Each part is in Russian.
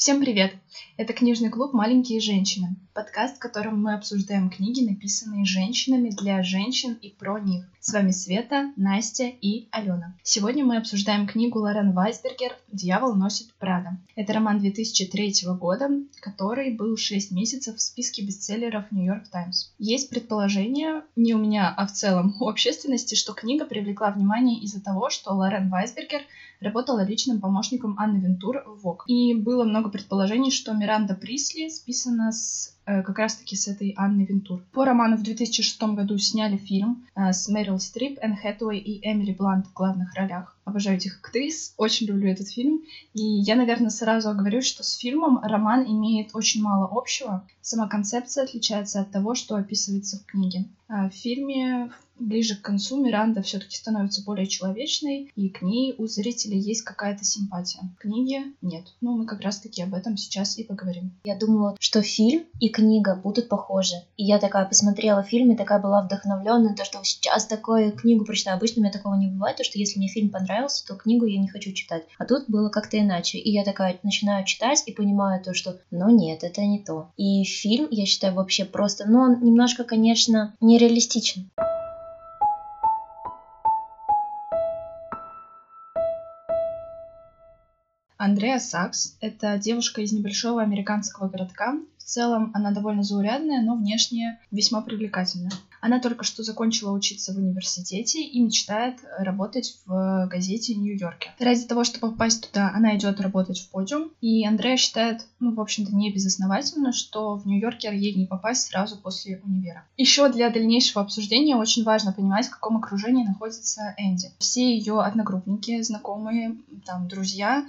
Всем привет! Это книжный клуб «Маленькие женщины», подкаст, в котором мы обсуждаем книги, написанные женщинами для женщин и про них. С вами Света, Настя и Алена. Сегодня мы обсуждаем книгу Лорен Вайсбергер «Дьявол носит Прада». Это роман 2003 года, который был 6 месяцев в списке бестселлеров Нью-Йорк Таймс. Есть предположение, не у меня, а в целом у общественности, что книга привлекла внимание из-за того, что Лорен Вайсбергер работала личным помощником Анны Вентур в Vogue. И было много предположений, что Миранда Присли списана как раз-таки с этой Анной Вентур. По роману в 2006 году сняли фильм с Мэрил Стрип, Энн Хэтэуэй и Эмили Блант в главных ролях. Обожаю этих актрис, очень люблю этот фильм. И я, наверное, сразу оговорюсь, что с фильмом роман имеет очень мало общего. Сама концепция отличается от того, что описывается в книге. В фильме ближе к концу Миранда все-таки становится более человечной, и к ней у зрителей есть какая-то симпатия. В книге нет. Мы как раз-таки об этом сейчас и поговорим. Я думала, что фильм и книга будут похожи. И я такая посмотрела фильм и такая была вдохновленная, то, что сейчас такую книгу прочитаю. Обычно у меня такого не бывает, то, что если мне фильм понравился, то книгу я не хочу читать. А тут было как-то иначе. И я такая начинаю читать и понимаю то, что нет, это не то. И фильм, я считаю, вообще просто, он немножко, конечно, нереалистичен. Андреа Сакс — это девушка из небольшого американского городка. В целом она довольно заурядная, но внешне весьма привлекательная. Она только что закончила учиться в университете и мечтает работать в газете «Нью-Йорке». Ради того, чтобы попасть туда, она идет работать в подиум. И Андреа считает, в общем-то, не безосновательно, что в Нью-Йорке ей не попасть сразу после универа. Еще для дальнейшего обсуждения очень важно понимать, в каком окружении находится Энди. Все ее одногруппники, знакомые, друзья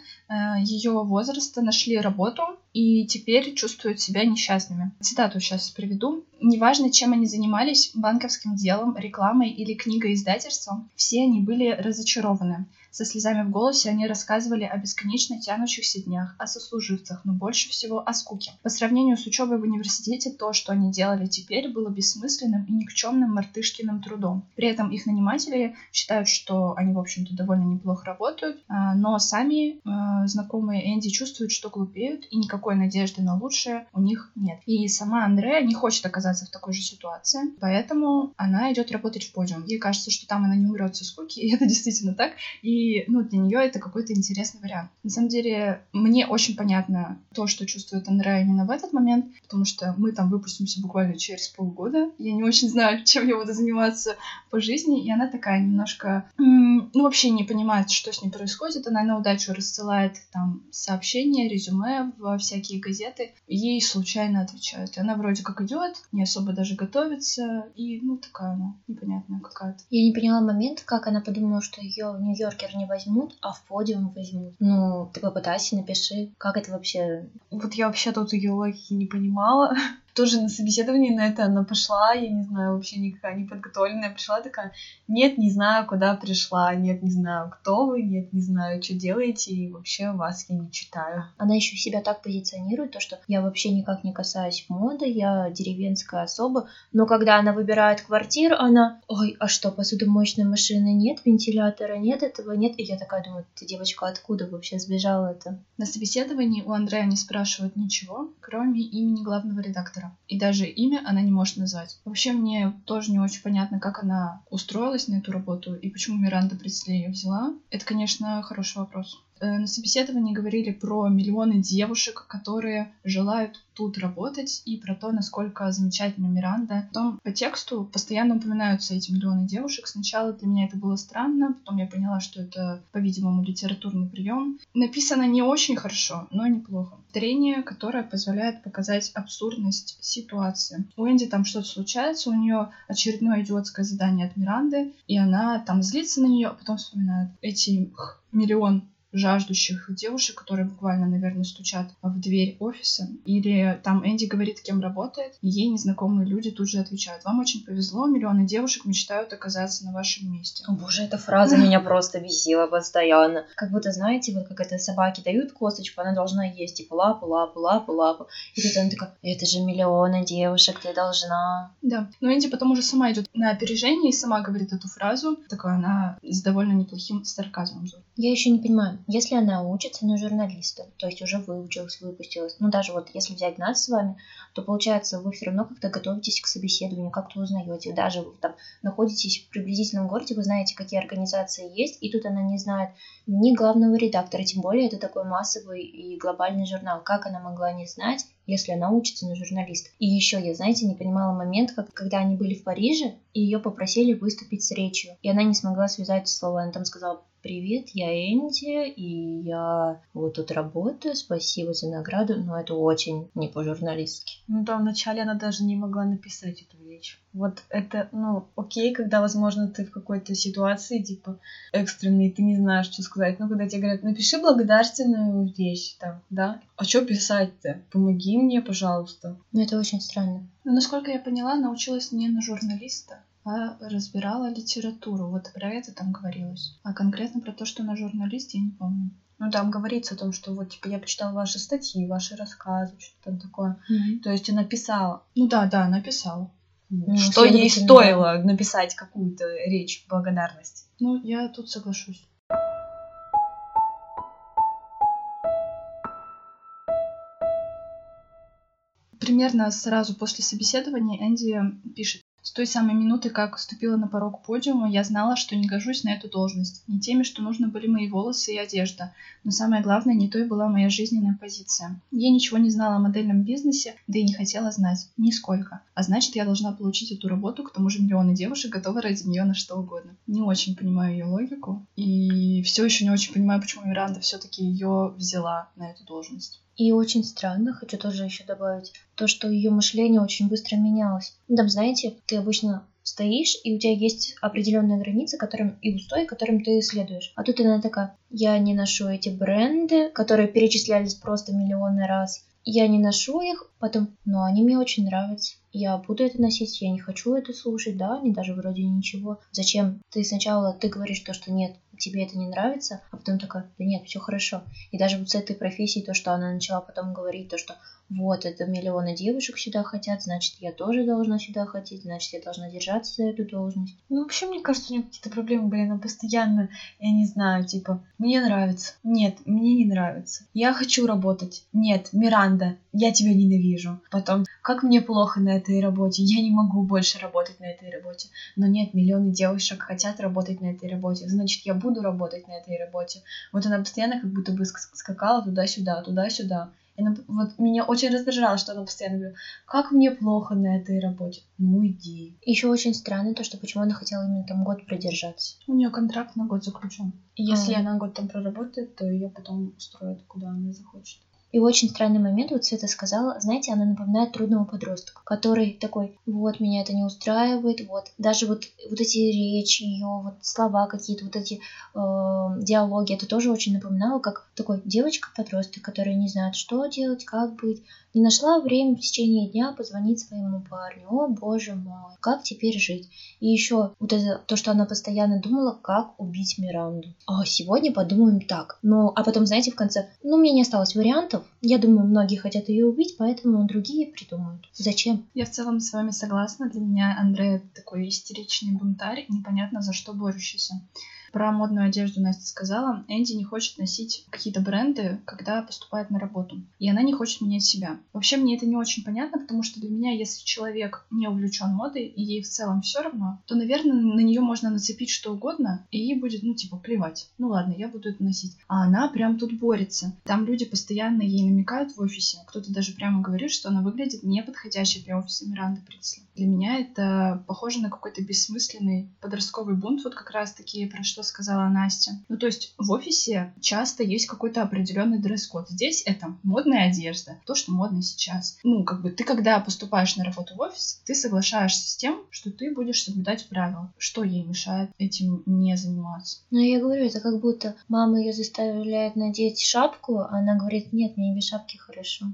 ее возраста нашли работу и теперь чувствуют себя несчастными. Цитату сейчас приведу. «Неважно, чем они занимались, банковским делом, рекламой или книгоиздательством, все они были разочарованы. Со слезами в голосе они рассказывали о бесконечно тянущихся днях, о сослуживцах, но больше всего о скуке. По сравнению с учебой в университете, то, что они делали теперь, было бессмысленным и никчемным мартышкиным трудом. При этом их наниматели считают, что они, в общем-то, довольно неплохо работают, но сами знакомые Энди чувствуют, что глупеют, и никакой надежды на лучшее у них нет. И сама Андреа не хочет оказаться в такой же ситуации, поэтому она идет работать в подиум. Ей кажется, что там она не умрет со скуки, и это действительно так. И для нее это какой-то интересный вариант. На самом деле, мне очень понятно то, что чувствует Андреа именно в этот момент, потому что мы там выпустимся буквально через полгода. Я не очень знаю, чем я буду заниматься по жизни, и она такая немножко, вообще не понимает, что с ней происходит. Она на удачу рассылает сообщения, резюме во всякие газеты, и ей случайно отвечают. И она вроде как идет, не особо даже готовится, и такая она непонятная какая-то. Я не поняла момент, как она подумала, что ее в Нью-Йоркер не возьмут, а в подиум возьмут. Ты попытайся, напиши, как это вообще. Я вообще тут ее логики не понимала. Тоже на собеседовании на это она пошла, я не знаю, вообще никакая не подготовленная. Пришла такая, нет, не знаю, куда пришла, нет, не знаю, кто вы, нет, не знаю, что делаете, и вообще вас я не читаю. Она еще себя так позиционирует, то, что я вообще никак не касаюсь моды, я деревенская особа, но когда она выбирает квартиру, она, ой, а что, посудомоечной машины нет, вентилятора нет, этого нет, и я такая думаю, ты, девочка, откуда вообще сбежала это? На собеседовании у Андреа не спрашивают ничего, кроме имени главного редактора. И даже имя она не может назвать. Вообще, мне тоже не очень понятно, как она устроилась на эту работу и почему Миранда Присли ее взяла. Это, конечно, хороший вопрос. На собеседовании говорили про миллионы девушек, которые желают тут работать, и про то, насколько замечательна Миранда. Потом по тексту постоянно упоминаются эти миллионы девушек. Сначала для меня это было странно, потом я поняла, что это, по-видимому, литературный прием. Написано не очень хорошо, но неплохо. Трение, которое позволяет показать абсурдность ситуации. У Энди там что-то случается, у нее очередное идиотское задание от Миранды, и она там злится на нее, а потом вспоминает эти миллион жаждущих девушек, которые буквально, наверное, стучат в дверь офиса. Или там Энди говорит, кем работает, и ей незнакомые люди тут же отвечают: вам очень повезло, миллионы девушек мечтают оказаться на вашем месте. О боже, эта фраза меня просто бесила постоянно. Как будто, знаете, как это собаке дают косточку, она должна есть, типа лапу, лапу, лапу, лапу. И тут она такая, это же миллионы девушек, ты должна. Да, но Энди потом уже сама идет на опережение и сама говорит эту фразу. Такая она с довольно неплохим сарказмом. Я еще не понимаю, если она учится на журналиста, то есть уже выучилась, выпустилась, ну даже вот если взять нас с вами, то получается вы все равно как-то готовитесь к собеседованию, как-то узнаете, даже вы там находитесь в приблизительном городе, вы знаете, какие организации есть, и тут она не знает ни главного редактора, тем более это такой массовый и глобальный журнал. Как она могла не знать, если она учится на журналиста? И еще я, знаете, не понимала момент, когда они были в Париже, и ее попросили выступить с речью, и она не смогла связать слова. Она там сказала: «Привет, я Энди, и я вот тут работаю, спасибо за награду», но это очень не по-журналистски. Ну да, вначале она даже не могла написать эту речь. Вот это, окей, когда, возможно, ты в какой-то ситуации, типа, экстренной, ты не знаешь, что сказать. Ну, когда тебе говорят: напиши благодарственную вещь, там, да? А что писать-то? Помоги мне, пожалуйста. Ну, это очень странно. Ну, насколько я поняла, она училась не на журналиста, а разбирала литературу. Вот про это там говорилось. А конкретно про то, что она журналист, я не помню. Ну, там говорится о том, что вот, типа, я почитала ваши статьи, ваши рассказы, что-то там такое. То есть она писала. Ну да, она писала. Что ей стоило написать какую-то речь благодарности. Ну, я тут соглашусь. Примерно сразу после собеседования Энди пишет: «С той самой минуты, как вступила на порог подиума, я знала, что не гожусь на эту должность. Не теми, что нужны были мои волосы и одежда, но самое главное, не той была моя жизненная позиция. Я ничего не знала о модельном бизнесе, да и не хотела знать. Нисколько. А значит, я должна получить эту работу, к тому же миллионы девушек готовы ради нее на что угодно». Не очень понимаю ее логику. И все еще не очень понимаю, почему Миранда все-таки ее взяла на эту должность. И очень странно, хочу тоже еще добавить, то, что ее мышление очень быстро менялось. Ну, там, знаете, ты обычно стоишь, и у тебя есть определенные границы, и устои, которым ты следуешь. А тут она такая: я не ношу эти бренды, которые перечислялись просто миллионы раз. Я не ношу их, потом, но они мне очень нравятся. Я буду это носить, я не хочу это слушать, да, они даже вроде ничего. Зачем? Ты говоришь то, что нет, тебе это не нравится, а потом такая: да нет, все хорошо. И даже вот с этой профессией, то, что она начала потом говорить, то, что вот, это миллионы девушек сюда хотят, значит, я тоже должна сюда хотеть, значит, я должна держаться за эту должность. Ну, вообще, мне кажется, у нее какие-то проблемы были, она постоянно, я не знаю, типа, мне нравится, нет, мне не нравится, я хочу работать, нет, Миранда, я тебя ненавижу. Потом, как мне плохо на этой работе, я не могу больше работать на этой работе. Но нет, миллионы девушек хотят работать на этой работе, значит, я буду работать на этой работе. Вот она постоянно как будто бы скакала туда-сюда, туда-сюда. Вот меня очень раздражало, что она постоянно говорила: как мне плохо на этой работе. Ну иди. Еще очень странно то, что почему она хотела именно там год продержаться. У нее контракт на год заключен. И если она год там проработает, то ее потом устроят, куда она захочет. И очень странный момент, вот Света сказала, знаете, она напоминает трудного подростка, который такой: вот, меня это не устраивает, вот. Даже вот эти речи ее, вот слова какие-то, вот эти диалоги, это тоже очень напоминало, как такой девочка-подросток, которая не знает, что делать, как быть, не нашла время в течение дня позвонить своему парню. О, боже мой, как теперь жить? И еще вот это, то, что она постоянно думала, как убить Миранду. А сегодня подумаем так. Ну, а потом, знаете, в конце, мне не осталось вариантов. Я думаю, многие хотят ее убить, поэтому другие придумают. Зачем? Я в целом с вами согласна. Для меня Андрея такой истеричный бунтарь, непонятно за что борющийся. Про модную одежду Настя сказала. Энди не хочет носить какие-то бренды, когда поступает на работу. И она не хочет менять себя. Вообще, мне это не очень понятно, потому что для меня, если человек не увлечен модой, и ей в целом все равно, то, наверное, на нее можно нацепить что угодно, и ей будет, плевать. Ну ладно, я буду это носить. А она прям тут борется. Там люди постоянно ей намекают в офисе. Кто-то даже прямо говорит, что она выглядит неподходящей для офиса Миранды Присли. Для меня это похоже на какой-то бессмысленный подростковый бунт, вот как раз-таки про что сказала Настя. Ну, то есть в офисе часто есть какой-то определенный дресс-код. Здесь это модная одежда, то, что модно сейчас. Ты когда поступаешь на работу в офис, ты соглашаешься с тем, что ты будешь соблюдать правила. Что ей мешает этим не заниматься? Ну, я говорю, это как будто мама ее заставляет надеть шапку, а она говорит: нет, мне без шапки хорошо.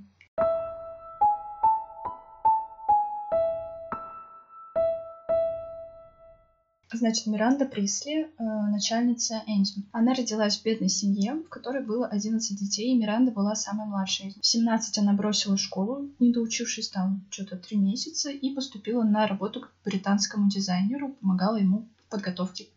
Значит, Миранда Присли, начальница Энди. Она родилась в бедной семье, в которой было 11 детей, и Миранда была самой младшей. В 17 она бросила школу, не доучившись там 3 месяца, и поступила на работу к британскому дизайнеру, помогала ему в подготовке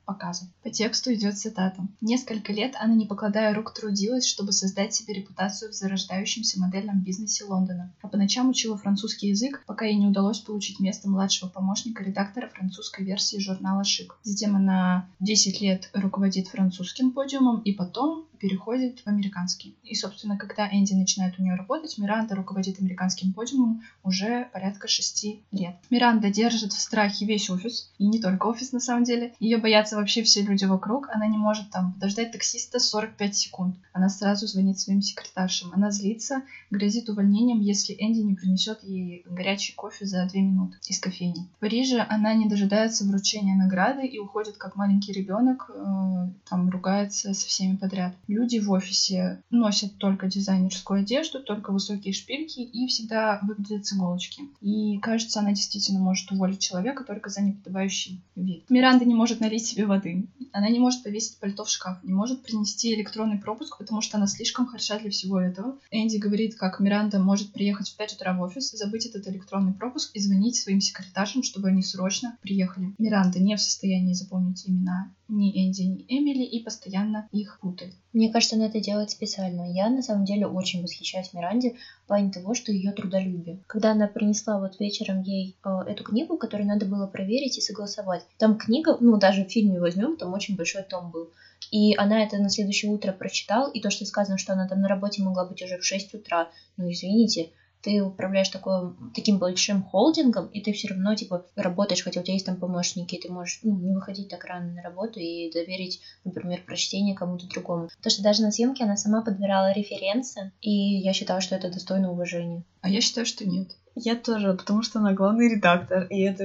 показов. По тексту идет цитата. «Несколько лет она, не покладая рук, трудилась, чтобы создать себе репутацию в зарождающемся модельном бизнесе Лондона, а по ночам учила французский язык, пока ей не удалось получить место младшего помощника редактора французской версии журнала «Шик». Затем она 10 лет руководит французским подиумом и потом переходит в американский. И, собственно, когда Энди начинает у нее работать, Миранда руководит американским подиумом уже порядка 6 лет. Миранда держит в страхе весь офис, и не только офис на самом деле. Ее боятся вообще все люди вокруг. Она не может там подождать таксиста 45 секунд. Она сразу звонит своим секретаршам. Она злится, грозит увольнением, если Энди не принесет ей горячий кофе за 2 минуты из кофейни. В Париже она не дожидается вручения награды и уходит как маленький ребенок, там ругается со всеми подряд. Люди в офисе носят только дизайнерскую одежду, только высокие шпильки и всегда выглядят с иголочки. И кажется, она действительно может уволить человека только за неподобающий вид. Миранда не может налить себе воды. Она не может повесить пальто в шкаф, не может принести электронный пропуск, потому что она слишком хороша для всего этого. Энди говорит, как Миранда может приехать в 5 утра в офис, забыть этот электронный пропуск и звонить своим секретаршам, чтобы они срочно приехали. Миранда не в состоянии запомнить имена ни Энди, ни Эмили и постоянно их путает. Мне кажется, она это делает специально. Я на самом деле очень восхищаюсь Миранде в плане того, что ее трудолюбие. Когда она принесла вот вечером ей эту книгу, которую надо было проверить и согласовать. Там книга, ну даже в фильме возьмем, там очень большой том был. И она это на следующее утро прочитала, и то, что сказано, что она там на работе могла быть уже в 6 утра, ну извините, ты управляешь таким большим холдингом, и ты все равно, типа, работаешь, хотя у тебя есть там помощники, и ты можешь, не выходить так рано на работу и доверить, например, прочтение кому-то другому. Потому что даже на съемке она сама подбирала референсы, и я считала, что это достойно уважения. А я считаю, что нет. Я тоже, потому что она главный редактор, и это,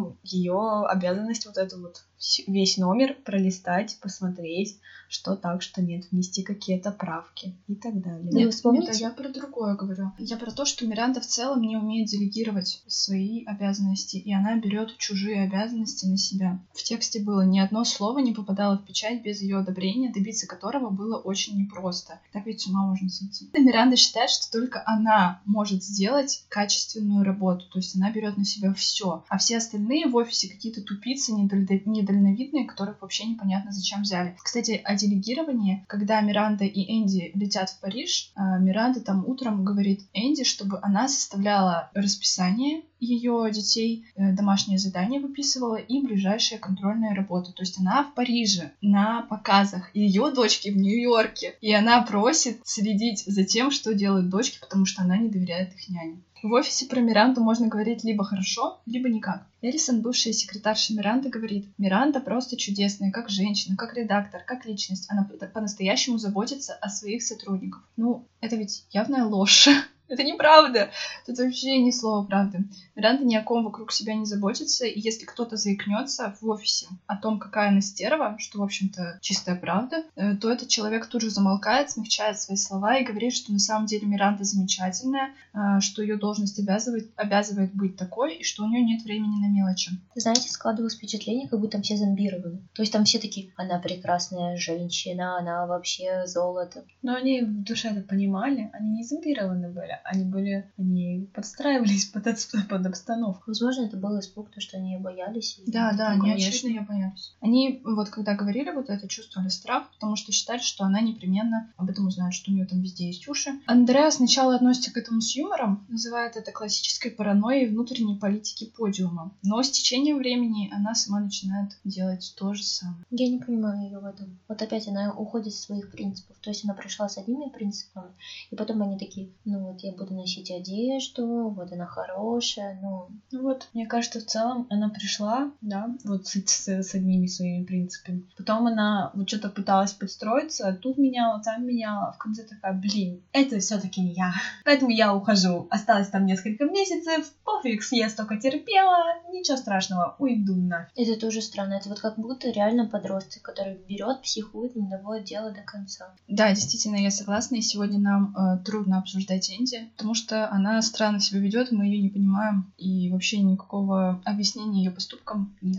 ее обязанность вот это вот весь номер пролистать, посмотреть, что так, что нет, внести какие-то правки и так далее. Нет, а я про другое говорю. Я про то, что Миранда в целом не умеет делегировать свои обязанности, и она берет чужие обязанности на себя. В тексте было ни одно слово не попадало в печать без ее одобрения, добиться которого было очень непросто. Так ведь с ума можно сойти. Миранда считает, что только она может сделать качественную работу, то есть она берет на себя все, а все остальные в офисе какие-то тупицы недальновидные, которых вообще непонятно зачем взяли. Кстати, о делегировании, когда Миранда и Энди летят в Париж, Миранда там утром говорит Энди, чтобы она составляла расписание ее детей, домашнее задание выписывала и ближайшие контрольные работы. То есть она в Париже на показах, ее дочки в Нью-Йорке. И она просит следить за тем, что делают дочки, потому что она не доверяет их няне. В офисе про Миранду можно говорить либо хорошо, либо никак. Элисон, бывшая секретарша Миранды, говорит: Миранда просто чудесная, как женщина, как редактор, как личность. Она по-настоящему заботится о своих сотрудниках. Это ведь явная ложь. Это неправда. Тут вообще ни слова правды. Миранда ни о ком вокруг себя не заботится, и если кто-то заикнется в офисе о том, какая она стерва, что, в общем-то, чистая правда, то этот человек тут же замолкает, смягчает свои слова и говорит, что на самом деле Миранда замечательная, что ее должность обязывает быть такой, и что у нее нет времени на мелочи. Знаете, складывалось впечатление, как будто там все зомбированы. То есть там все такие: она прекрасная женщина, она вообще золото. Но они в душе это понимали, они не зомбированы были. Они подстраивались под обстановку. Возможно, это был испуг, то, что они ее боялись. Да, они очевидно ее боялись. Они когда говорили это, чувствовали страх, потому что считали, что она непременно об этом узнает, что у нее там везде есть уши. Андреа сначала относится к этому с юмором, называет это классической паранойей внутренней политики подиума. Но с течением времени она сама начинает делать то же самое. Я не понимаю ее в этом. Вот опять она уходит из своих принципов. То есть она пришла с одними принципами, и потом они такие: я буду носить одежду, вот она хорошая, мне кажется, в целом она пришла, с одними своими принципами. Потом она что-то пыталась подстроиться, тут меняла, там меняла, в конце такая: это все-таки не я. Поэтому я ухожу. Осталось там несколько месяцев, пофиг, я столько терпела, ничего страшного, уйду нафиг. Это тоже странно. Это как будто реально подросток, который берет, психует, не доводит дело до конца. Да, действительно, я согласна, и сегодня нам трудно обсуждать Энди, потому что она странно себя ведет, мы ее не понимаем, и вообще никакого объяснения ее поступкам нет.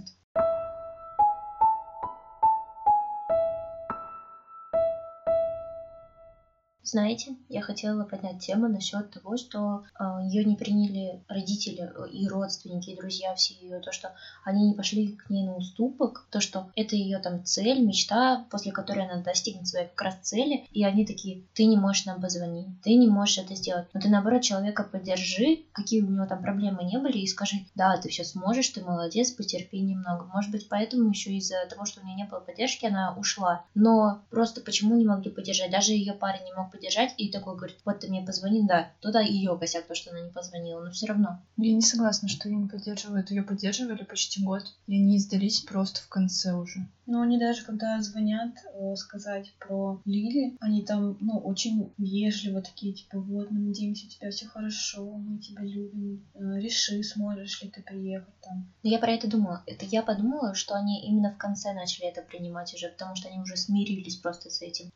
Знаете, я хотела поднять тему насчет того, что ее не приняли родители и родственники, и друзья все ее, то, что они не пошли к ней на уступок, то, что это ее там цель, мечта, после которой она достигнет своей как раз цели, и они такие: ты не можешь нам позвонить, ты не можешь это сделать, но ты наоборот человека поддержи, какие у него там проблемы не были, и скажи: да, ты все сможешь, ты молодец, потерпи немного. Может быть, поэтому еще из-за того, что у нее не было поддержки, она ушла. Но просто почему не могли поддержать? Даже ее парень не мог поддержать, и такой говорит: вот ты мне позвони, да. Туда ее косяк, то, что она не позвонила, но все равно. Я не согласна, что ее не поддерживают. Ее поддерживали почти год, и они сдались просто в конце уже. Но они даже когда звонят сказать про Лили, они там, очень вежливо такие, типа: вот, мы надеемся, у тебя все хорошо, мы тебя любим, реши, сможешь ли ты приехать там. Но я про это думала. Это я подумала, что они именно в конце начали это принимать уже, потому что они уже смирились просто с этим.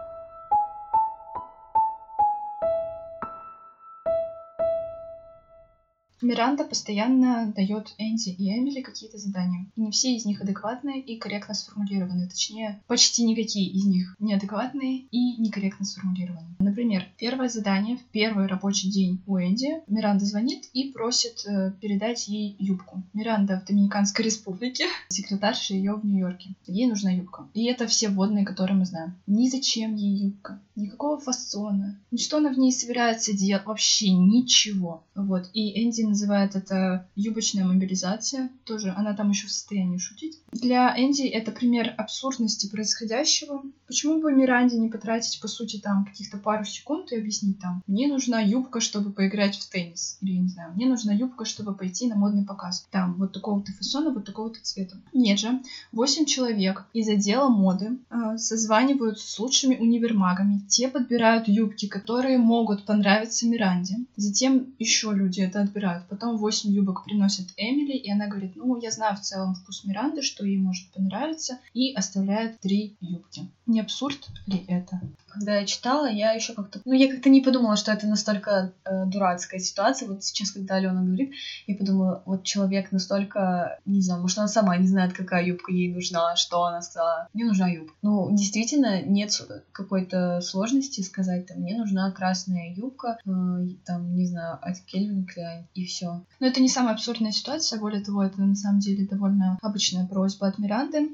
Миранда постоянно дает Энди и Эмили какие-то задания. И не все из них адекватные и корректно сформулированы. Точнее, почти никакие из них неадекватные и некорректно сформулированы. Например, первое задание в первый рабочий день у Энди. Миранда звонит и просит передать ей юбку. Миранда в Доминиканской республике, секретарша ее в Нью-Йорке. Ей нужна юбка. И это все вводные, которые мы знаем. Ни зачем ей юбка, никакого фасона, что она в ней собирается делать, вообще ничего. Вот. И Энди называет это юбочная мобилизация. Тоже она там еще в состоянии шутить. Для Энди это пример абсурдности происходящего. Почему бы Миранде не потратить, по сути, там каких-то пару секунд и объяснить там: мне нужна юбка, чтобы поиграть в теннис. Или, я не знаю, мне нужна юбка, чтобы пойти на модный показ. Там вот такого-то фасона, вот такого-то цвета. Нет же, 8 человек из отдела моды созваниваются с лучшими универмагами. Те подбирают юбки, которые могут понравиться Миранде. Затем еще люди это отбирают. Потом 8 юбок приносят Эмили, и она говорит: я знаю в целом вкус Миранды, что ей может понравиться, и оставляет 3 юбки. Не абсурд ли это? Когда я читала, я еще как-то... я как-то не подумала, что это настолько дурацкая ситуация. Вот сейчас, когда Алена говорит, я подумала: вот человек настолько... Не знаю, может, она сама не знает, какая юбка ей нужна, что она сказала: мне нужна юбка. Действительно, нет какой-то сложности сказать: там, мне нужна красная юбка, там, не знаю, от Calvin Klein, и все. Но это не самая абсурдная ситуация. Более того, это на самом деле довольно обычная просьба от Миранды.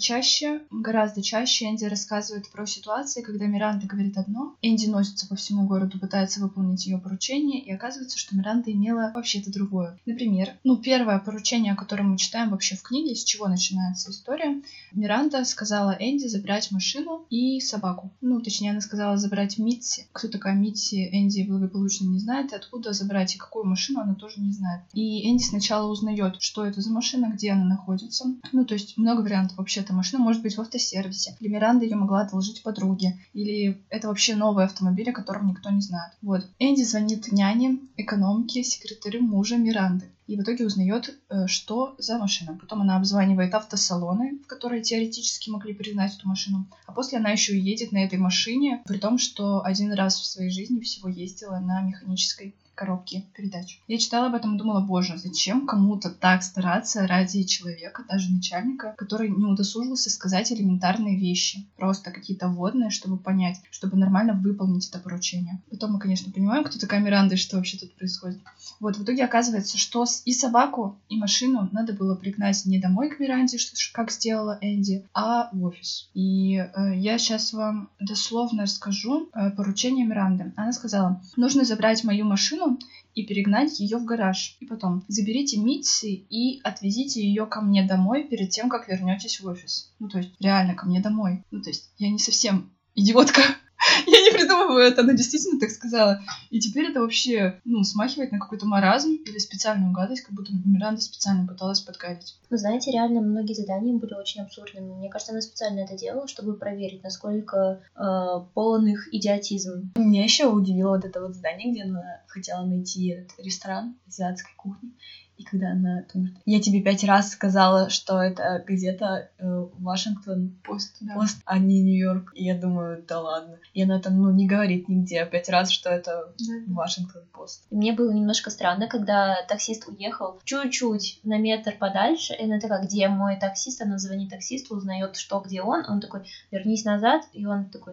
Гораздо чаще Энди рассказывает про ситуации, когда Миранда говорит одно, Энди носится по всему городу, пытается выполнить ее поручение, и оказывается, что Миранда имела вообще-то другое. Например, первое поручение, о котором мы читаем вообще в книге, с чего начинается история. Миранда сказала Энди забрать машину и собаку. Точнее, она сказала забрать Митси. Кто такая Митси, Энди благополучно не знает, и откуда забрать и какую машину она тоже не знает. И Энди сначала узнает, что это за машина, где она находится. То есть много вариантов. Вообще-то машина может быть в автосервисе, или Миранда ее могла одолжить подруге, или это вообще новый автомобиль, о котором никто не знает. Вот. Энди звонит няне, экономке, секретарю мужа Миранды. И в итоге узнает, что за машина. Потом она обзванивает автосалоны, в которые теоретически могли признать эту машину. А после она еще и едет на этой машине, при том, что один раз в своей жизни всего ездила на механической коробки передач. Я читала об этом и думала: боже, зачем кому-то так стараться ради человека, даже начальника, который не удосужился сказать элементарные вещи, просто какие-то вводные, чтобы понять, чтобы нормально выполнить это поручение. Потом мы, конечно, понимаем, кто такая Миранда и что вообще тут происходит. Вот, в итоге оказывается, что и собаку, и машину надо было пригнать не домой к Миранде, как сделала Энди, а в офис. И я сейчас вам дословно расскажу поручение Миранды. Она сказала: нужно забрать мою машину и перегнать ее в гараж. И потом: заберите Митси и отвезите ее ко мне домой перед тем, как вернетесь в офис. То есть реально ко мне домой. То есть я не совсем идиотка. Я не придумываю это, она действительно так сказала. И теперь это вообще, смахивает на какой-то маразм или специальную гадость, как будто Миранда специально пыталась подгадить. Знаете, реально многие задания были очень абсурдными. Мне кажется, она специально это делала, чтобы проверить, насколько полон их идиотизм. Меня еще удивило вот это вот задание, где она хотела найти этот ресторан азиатской кухни. И когда она говорит: я тебе 5 раз сказала, что это газета Вашингтон Пост, а не Нью-Йорк. И я думаю: да ладно. И она там, не говорит нигде 5 раз, что это Вашингтон Пост. Мне было немножко странно, когда таксист уехал чуть-чуть на метр подальше, и она такая: где мой таксист? Она звонит таксисту, узнает, что где он такой: вернись назад, и он такой: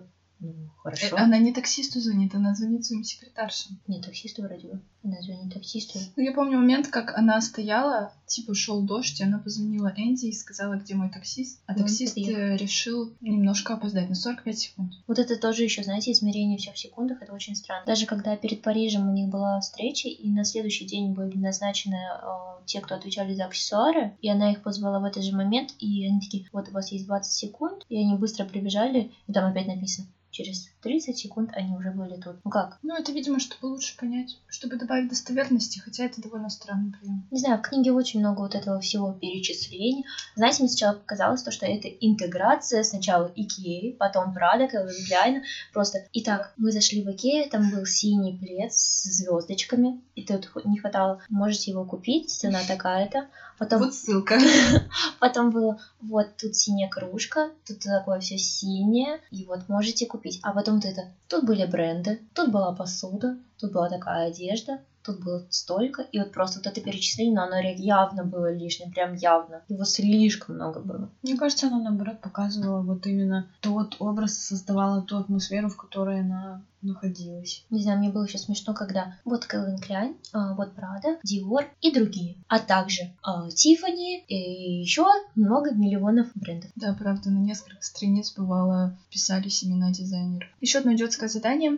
Ну, хорошо. Она не таксисту звонит, она звонит своим секретаршам. Не, таксисту вроде бы. Она звонит таксисту. Ну, я помню момент, как она стояла, типа шел дождь, и она позвонила Энди и сказала, где мой таксист. А таксист решил немножко опоздать на 45 секунд. Вот это тоже еще, знаете, измерение все в секундах, это очень странно. Даже когда перед Парижем у них была встреча, и на следующий день были назначены те, кто отвечали за аксессуары, и она их позвала в этот же момент, и они такие, вот у вас есть 20 секунд, и они быстро прибежали, и там опять написано, через 30 секунд они уже были тут. Ну как? Ну, это, видимо, чтобы лучше понять, чтобы добавить достоверности, хотя это довольно странный прием. Не знаю, в книге очень много вот этого всего перечисления. Знаете, мне сначала показалось то, что это интеграция сначала Икеи, потом Прада, Calvin Klein. Просто, итак, мы зашли в Икею, там был синий плед с звездочками, и тут не хватало, можете его купить, цена такая-то. Потом... Вот ссылка. Потом было, вот тут синяя кружка, тут такое все синее, и вот можете купить. А потом тут были бренды, тут была посуда, тут была такая одежда, тут было столько, и вот просто вот это перечисление, но оно явно было лишним, прям явно. Его слишком много было. Мне кажется, она, наоборот, показывала вот именно тот образ, создавала ту атмосферу, в которой она находилась. Не знаю, мне было еще смешно, когда вот Calvin Klein, вот Prada, Dior и другие, а также Tiffany и еще много миллионов брендов. Да, правда, на несколько страниц бывало писались имена дизайнеров. Еще одно идиотское задание.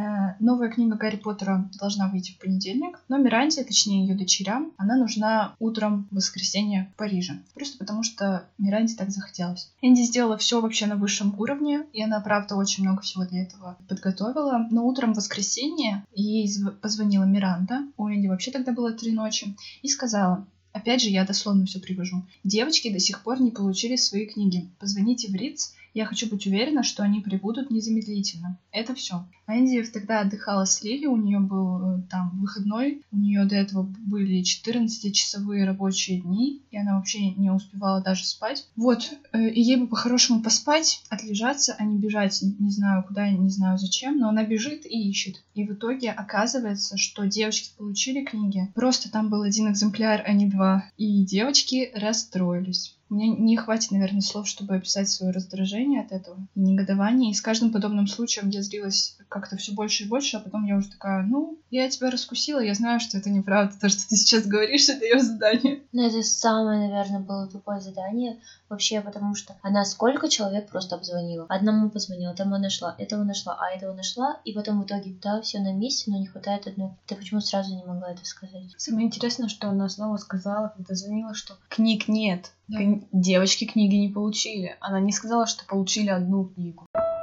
Новая книга Гарри Поттера должна выйти в понедельник, но Миранде, точнее ее дочерям, она нужна утром в воскресенье в Париже. Просто потому что Миранде так захотелось. Энди сделала все вообще на высшем уровне, и она, правда, очень много всего для этого подготовила. Но утром в воскресенье ей позвонила Миранда, у Энди вообще тогда было 3 ночи, и сказала, опять же, я дословно все привожу, девочки до сих пор не получили свои книги, позвоните в Риц, я хочу быть уверена, что они прибудут незамедлительно. Это все. Энди тогда отдыхала с Лили, у нее был там выходной, у нее до этого были 14-часовые рабочие дни, и она вообще не успевала даже спать. Вот, и ей бы по-хорошему поспать, отлежаться, а не бежать, не знаю куда, не знаю зачем, но она бежит и ищет. И в итоге оказывается, что девочки получили книги, просто там был 1 экземпляр, а не 2, и девочки расстроились. Мне не хватит, наверное, слов, чтобы описать свое раздражение от этого и негодование. И с каждым подобным случаем я злилась как-то все больше и больше, а потом я уже такая, ну, я тебя раскусила, я знаю, что это неправда, то, что ты сейчас говоришь, это ее задание. Ну, это самое, наверное, было тупое задание вообще, потому что она сколько человек просто обзвонила. Одному позвонила, тому нашла, этого нашла, а этого нашла, и потом в итоге, да, все на месте, но не хватает одной. Ты почему сразу не могла это сказать? Самое интересное, что она снова сказала, когда звонила, что книг нет. Да. Девочки книги не получили. Она не сказала, что получили 1 книгу.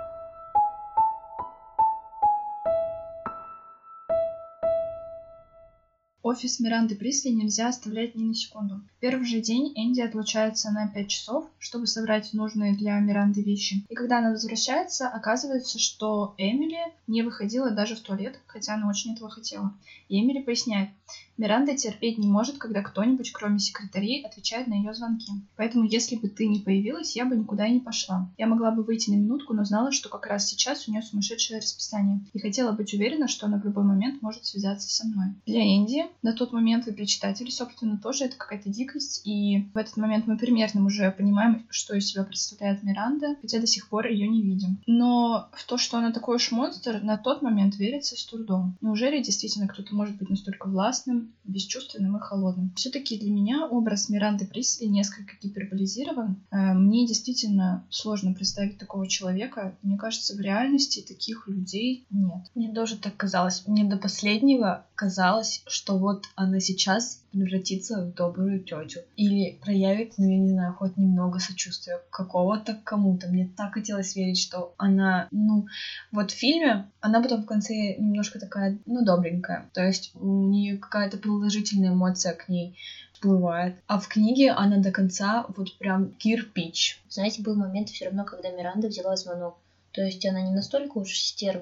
Офис Миранды Присли нельзя оставлять ни на секунду. В первый же день Энди отлучается на 5 часов, чтобы собрать нужные для Миранды вещи. И когда она возвращается, оказывается, что Эмили не выходила даже в туалет, хотя она очень этого хотела. И Эмили поясняет, Миранда терпеть не может, когда кто-нибудь, кроме секретарей, отвечает на ее звонки. Поэтому, если бы ты не появилась, я бы никуда и не пошла. Я могла бы выйти на минутку, но знала, что как раз сейчас у нее сумасшедшее расписание. И хотела быть уверена, что она в любой момент может связаться со мной. Для Энди на тот момент и для читателей, собственно, тоже это какая-то дикость. И в этот момент мы примерно уже понимаем, что из себя представляет Миранда, хотя до сих пор ее не видим. Но в то, что она такой уж монстр, на тот момент верится с трудом. Неужели действительно кто-то может быть настолько властным, бесчувственным и холодным? Все-таки для меня образ Миранды Присли несколько гиперболизирован. Мне действительно сложно представить такого человека. Мне кажется, в реальности таких людей нет. Мне тоже так казалось. Мне до последнего казалось, что вот она сейчас превратится в добрую тетю. Или проявит, ну я не знаю, хоть немного сочувствия какого-то к кому-то. Мне так хотелось верить, что она, ну, вот в фильме она потом в конце немножко такая, ну, добренькая. То есть у нее какая-то положительная эмоция к ней всплывает. А в книге она до конца вот прям кирпич. Знаете, был момент все равно, когда Миранда взяла звонок. То есть она не настолько уж стерва,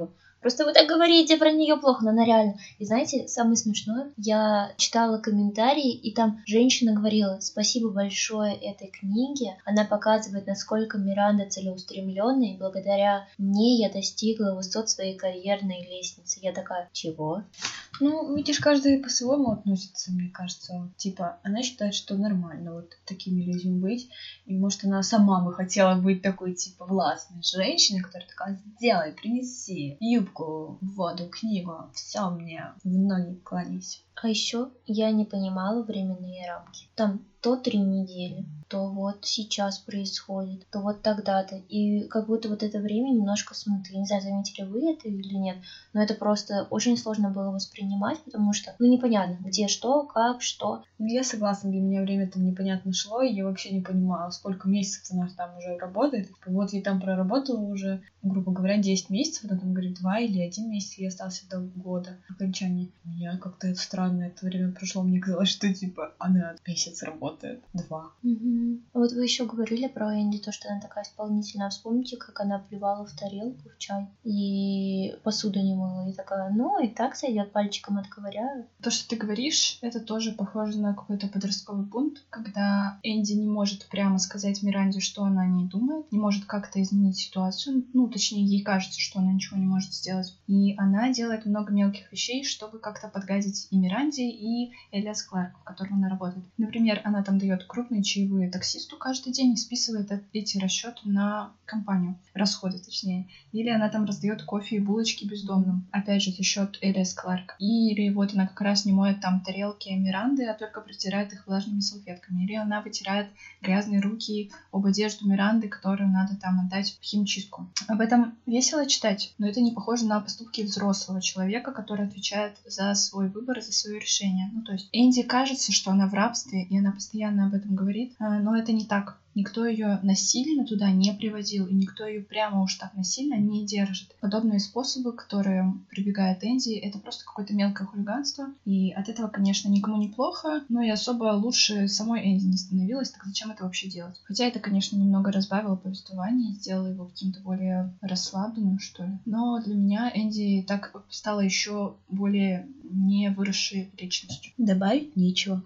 Просто вы так говорите про нее плохо, но она реально. И знаете, самое смешное, я читала комментарии, и там женщина говорила: спасибо большое этой книге, она показывает, насколько Миранда целеустремленная, и благодаря ней я достигла высот своей карьерной лестницы. Я такая: чего? Ну, видишь, каждый по-своему относится, мне кажется. Типа, она считает, что нормально вот такими людьми быть. И, может, она сама бы хотела быть такой, типа, властной женщиной, которая такая: сделай, принеси юбку, воду, книгу, все мне в ноги клонись. А еще я не понимала временные рамки. Там то 3 недели, то вот сейчас происходит, то вот тогда-то. И как будто вот это время немножко смыто. Я не знаю, заметили вы это или нет, но это просто очень сложно было воспринимать, потому что, ну, непонятно, где что, как, что. Ну, я согласна, для меня время там непонятно шло, и я вообще не понимала, сколько месяцев она там уже работает. Вот я там проработала уже, грубо говоря, 10 месяцев, она там говорит 2 или 1 месяц, и остался до года окончания. Меня как-то это странно, это время прошло, мне казалось, что типа она месяц работает, 2. Вот вы еще говорили про Энди, то, что она такая исполнительная. Вспомните, как она плевала в тарелку в чай и посуду не мыла. И такая: ну, и так сойдет, пальчиком отковыряю. То, что ты говоришь, это тоже похоже на какой-то подростковый бунт, когда Энди не может прямо сказать Миранде, что она о ней думает, не может как-то изменить ситуацию, ну, точнее, ей кажется, что она ничего не может сделать. И она делает много мелких вещей, чтобы как-то подгадить и Миранде, и Элиас Кларк, в котором она работает. Например, она там дает крупные чаевые таксисту каждый день и списывает эти расчеты на компанию, расходы точнее. Или она там раздает кофе и булочки бездомным, опять же, за счет Элиас Кларк. Или вот она как раз не моет там тарелки Миранды, а только протирает их влажными салфетками. Или она вытирает грязные руки об одежду Миранды, которую надо там отдать в химчистку. Об этом весело читать, но это не похоже на поступки взрослого человека, который отвечает за свой выбор и за свое решение. Ну, то есть Энди кажется, что она в рабстве, и она постоянно об этом говорит, но это не так. Никто ее насильно туда не приводил, и никто ее прямо уж так насильно не держит. Подобные способы, к которым прибегает Энди, это просто какое-то мелкое хулиганство. И от этого, конечно, никому не плохо, но и особо лучше самой Энди не становилось, так зачем это вообще делать? Хотя это, конечно, немного разбавило повествование и сделало его каким-то более расслабленным, что ли. Но для меня Энди так стала еще более не выросшей личностью. Добавить нечего.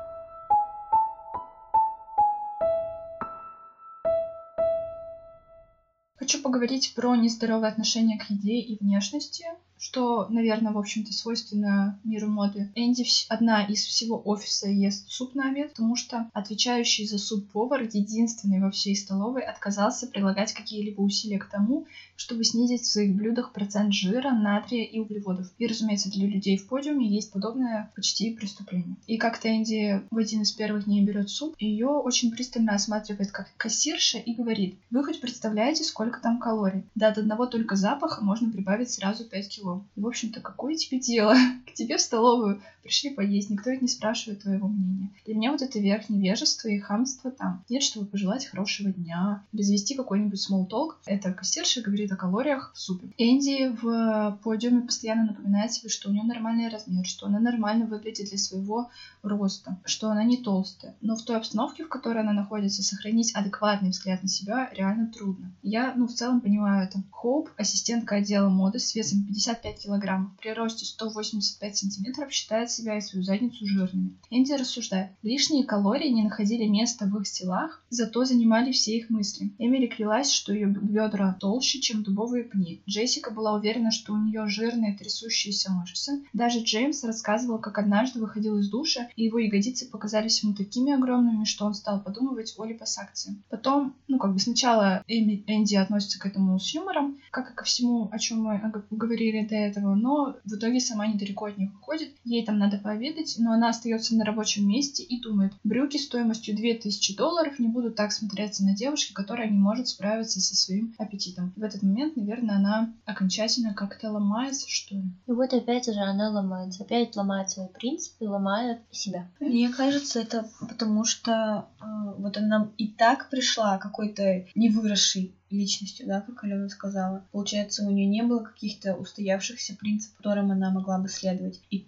Хочу поговорить про нездоровое отношение к еде и внешности, что, наверное, в общем-то, свойственно миру моды. Энди одна из всего офиса ест суп на обед, потому что отвечающий за суп повар, единственный во всей столовой, отказался прилагать какие-либо усилия к тому, чтобы снизить в своих блюдах процент жира, натрия и углеводов. И, разумеется, для людей в подиуме есть подобное почти преступление. И как-то Энди в один из первых дней берет суп, и ее очень пристально осматривает как кассирша и говорит: вы хоть представляете, сколько там калорий? Да от одного только запаха можно прибавить сразу 5 кило. И, в общем-то, какое тебе дело? К тебе в столовую пришли поесть, никто ведь не спрашивает твоего мнения. Для меня вот это верх невежества и хамства там. Нет, чтобы пожелать хорошего дня, или завести какой-нибудь small talk. Это кассирша говорит о калориях в супе. Энди в подиуме постоянно напоминает себе, что у нее нормальный размер, что она нормально выглядит для своего роста, что она не толстая. Но в той обстановке, в которой она находится, сохранить адекватный взгляд на себя реально трудно. Я, в целом понимаю это. Хоуп, ассистентка отдела моды с весом 55 килограммов, при росте 185 сантиметров, считает себя и свою задницу жирными. Энди рассуждает: лишние калории не находили места в их телах, зато занимали все их мысли. Эмили клялась, что ее бедра толще, чем дубовые пни. Джессика была уверена, что у нее жирные трясущиеся мышцы. Даже Джеймс рассказывал, как однажды выходил из душа, и его ягодицы показались ему такими огромными, что он стал подумывать о липосакции. Потом, сначала Энди относится к этому с юмором, как и ко всему, о чем мы говорили до этого, но в итоге сама недалеко от них уходит. Ей там надо пообедать, но она остается на рабочем месте и думает: брюки стоимостью $2000 не будут так смотреться на девушке, которая не может справиться со своим аппетитом. В этот момент, наверное, она окончательно как-то ломается, что ли. И вот опять же она ломается. Опять ломает свой принцип и ломает себя. Мне кажется, это потому что вот она и так пришла какой-то невыросшей личностью, да, как Алена сказала. Получается, у нее не было каких-то устоявшихся принципов, которым она могла бы следовать. И тут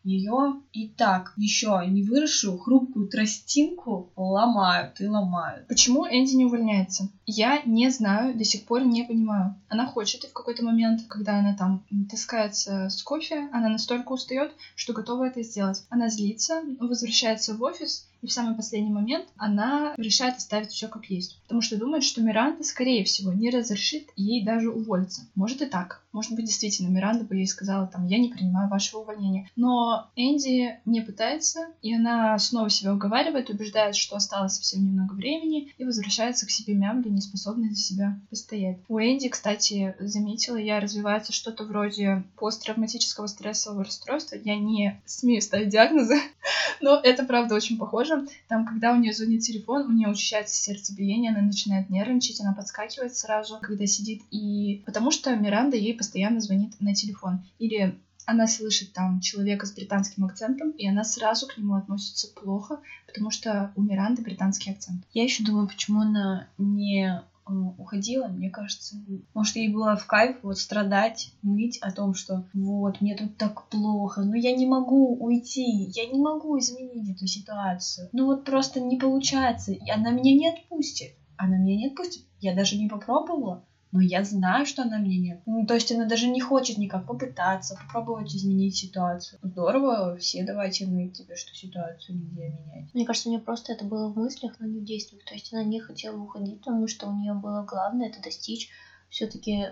ее и так еще не выросшую хрупкую тростинку ломают и ломают. Почему Энди не увольняется? Я не знаю, до сих пор не понимаю. Она хочет, и в какой-то момент, когда она там таскается с кофе, она настолько устает, что готова это сделать. Она злится, возвращается в офис, и в самый последний момент она решает оставить все как есть. Потому что думает, что Миранда, скорее всего, не разрешит ей даже уволиться. Может и так. Может быть, действительно, Миранда бы ей сказала, там, я не принимаю вашего увольнения. Но Энди не пытается, и она снова себя уговаривает, убеждает, что осталось совсем немного времени, и возвращается к себе мямля, не способной за себя постоять. У Энди, кстати, заметила я, развивается что-то вроде посттравматического стрессового расстройства. Я не смею ставить диагнозы, но это, правда, очень похоже. Там, когда у нее звонит телефон, у нее учащается сердцебиение, она начинает нервничать, она подскакивает сразу, когда сидит, и потому что Миранда ей постоянно звонит на телефон. Или она слышит там человека с британским акцентом, и она сразу к нему относится плохо, потому что у Миранды британский акцент. Я еще думаю, почему она не уходила, мне кажется, может, ей было в кайф вот страдать, ныть о том, что вот, мне тут так плохо, но я не могу уйти, я не могу изменить эту ситуацию. Ну вот просто не получается, и она меня не отпустит. Она меня не отпустит, я даже не попробовала. Но я знаю, что она меня нет. Ну, то есть она даже не хочет никак попытаться, попробовать изменить ситуацию. Здорово, все давайте ныть тебе, что ситуацию нельзя менять. Мне кажется, у нее просто это было в мыслях, но не в действиях. То есть она не хотела уходить, потому что у нее было главное это достичь все-таки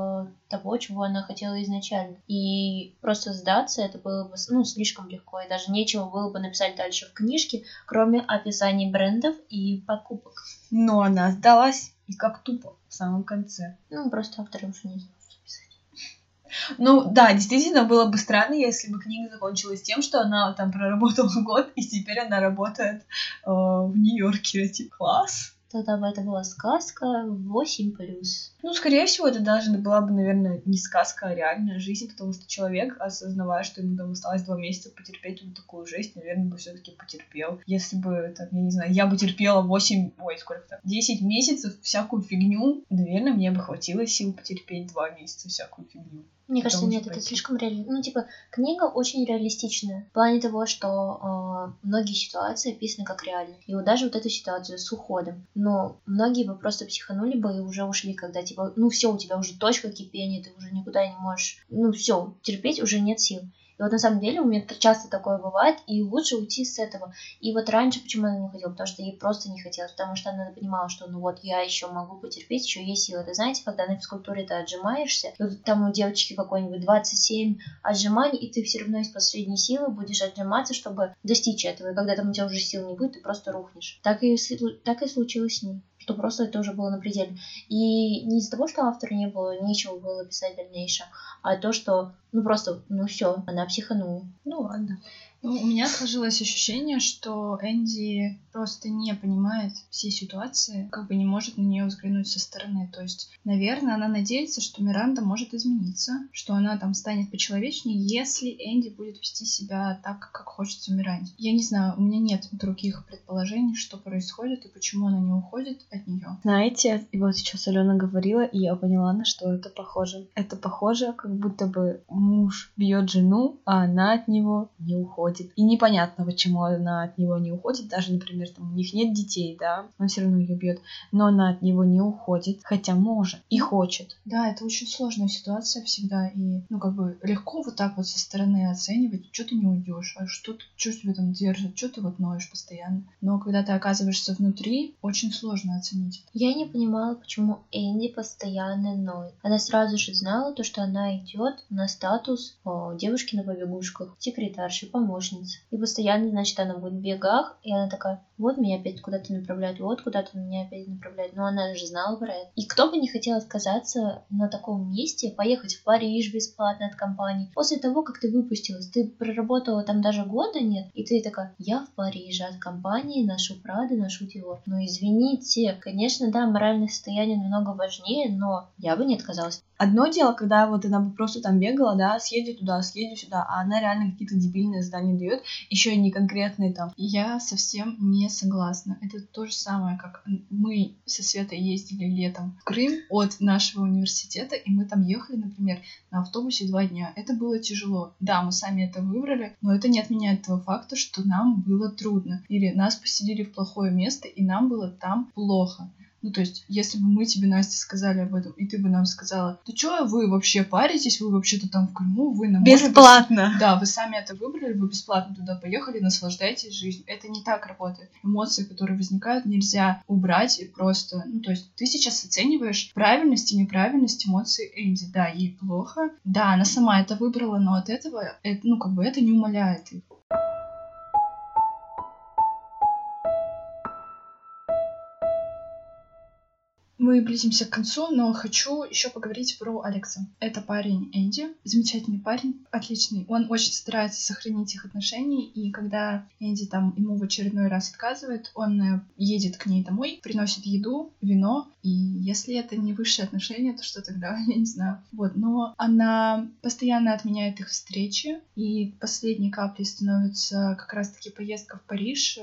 того, чего она хотела изначально. И просто сдаться это было бы слишком легко. И даже нечего было бы написать дальше в книжке, кроме описаний брендов и покупок. Но она сдалась. И как тупо в самом конце. Просто авторы уже не знают, что писать. Ну, да, действительно, было бы странно, если бы книга закончилась тем, что она там проработала год, и теперь она работает в Нью-Йорке. Типа, класс. Тогда бы это была сказка 8+. Ну, скорее всего, это даже была бы, наверное, не сказка, а реальная жизнь, потому что человек, осознавая, что ему там осталось 2 месяца потерпеть вот такую жизнь, наверное, бы все-таки потерпел. Если бы, там, я не знаю, я бы терпела 10 месяцев всякую фигню, наверное, мне бы хватило сил потерпеть 2 месяца всякую фигню. Мне кажется, нет, это слишком реально. Книга очень реалистичная. В плане того, что многие ситуации описаны как реальные. И вот даже вот эту ситуацию с уходом. Но многие бы просто психанули бы и уже ушли, когда типа, все, у тебя уже точка кипения, ты уже никуда не можешь, все, терпеть уже нет сил. И вот на самом деле у меня часто такое бывает, и лучше уйти с этого. И вот раньше почему она не хотела? Потому что ей просто не хотелось, потому что она понимала, что я еще могу потерпеть, еще есть силы. Это знаете, когда на физкультуре ты отжимаешься, и вот там у девочки какой-нибудь 27 отжиманий, и ты все равно из последней силы будешь отжиматься, чтобы достичь этого. И когда там у тебя уже сил не будет, ты просто рухнешь. Так и случилось с ней. Что просто это уже было на пределе. И не из-за того, что автору не было, нечего было писать в дальнейшем, а то, что, все, она психанула. Ладно. У меня сложилось ощущение, что Энди просто не понимает всей ситуации, не может на нее взглянуть со стороны. То есть, наверное, она надеется, что Миранда может измениться, что она там станет почеловечнее, если Энди будет вести себя так, как хочется Миранде. Я не знаю, у меня нет других предположений, что происходит и почему она не уходит от нее. Знаете, и вот сейчас Алена говорила, и я поняла, на что это похоже. Это похоже, как будто бы муж бьет жену, а она от него не уходит. И непонятно, почему она от него не уходит. Даже, например, там у них нет детей, да, он все равно ее бьет. Но она от него не уходит, хотя может и хочет. Да, это очень сложная ситуация всегда. И, легко вот так вот со стороны оценивать, что ты не уйдешь, а что тебя там держит, что ты ноешь постоянно. Но когда ты оказываешься внутри, очень сложно оценить. Я не понимала, почему Энди постоянно ноет. Она сразу же знала то, что она идет на статус девушки на побегушках, секретарши, помощницы. И постоянно, значит, она будет в бегах, и она такая, вот меня опять куда-то направляют, вот куда-то меня опять направляют. Но она же знала про это. И кто бы не хотел отказаться на таком месте, поехать в Париж бесплатно от компании. После того, как ты выпустилась, ты проработала там даже года нет, и ты такая, я в Париже от компании, ношу Прада, ношу Диор. Ну, извините, конечно, да, моральное состояние намного важнее, но я бы не отказалась. Одно дело, когда вот она бы просто там бегала, да, съезди туда, съезди сюда, а она реально какие-то дебильные задания не дает, еще и не конкретные там. Я совсем не согласна. Это то же самое, как мы со Светой ездили летом в Крым от нашего университета, и мы там ехали, например, на автобусе 2 дня. Это было тяжело. Да, мы сами это выбрали, но это не отменяет того факта, что нам было трудно. Или нас поселили в плохое место, и нам было там плохо. Ну, то есть, если бы мы тебе, Настя, сказали об этом, и ты бы нам сказала, да чё, вы вообще паритесь, вы вообще-то там в Крыму, вы на море... Бесплатно! Да, вы сами это выбрали, вы бесплатно туда поехали, наслаждайтесь жизнью. Это не так работает. Эмоции, которые возникают, нельзя убрать и просто... Ну, то есть, ты сейчас оцениваешь правильность и неправильность эмоций Энди. Да, ей плохо. Да, она сама это выбрала, но от этого, это не умаляет их. Мы близимся к концу, но хочу еще поговорить про Алекса. Это парень Энди, замечательный парень, отличный. Он очень старается сохранить их отношения, и когда Энди там ему в очередной раз отказывает, он едет к ней домой, приносит еду, вино, и если это не высшие отношения, то что тогда? Я не знаю. Вот, но она постоянно отменяет их встречи, и последней каплей становится как раз-таки поездка в Париж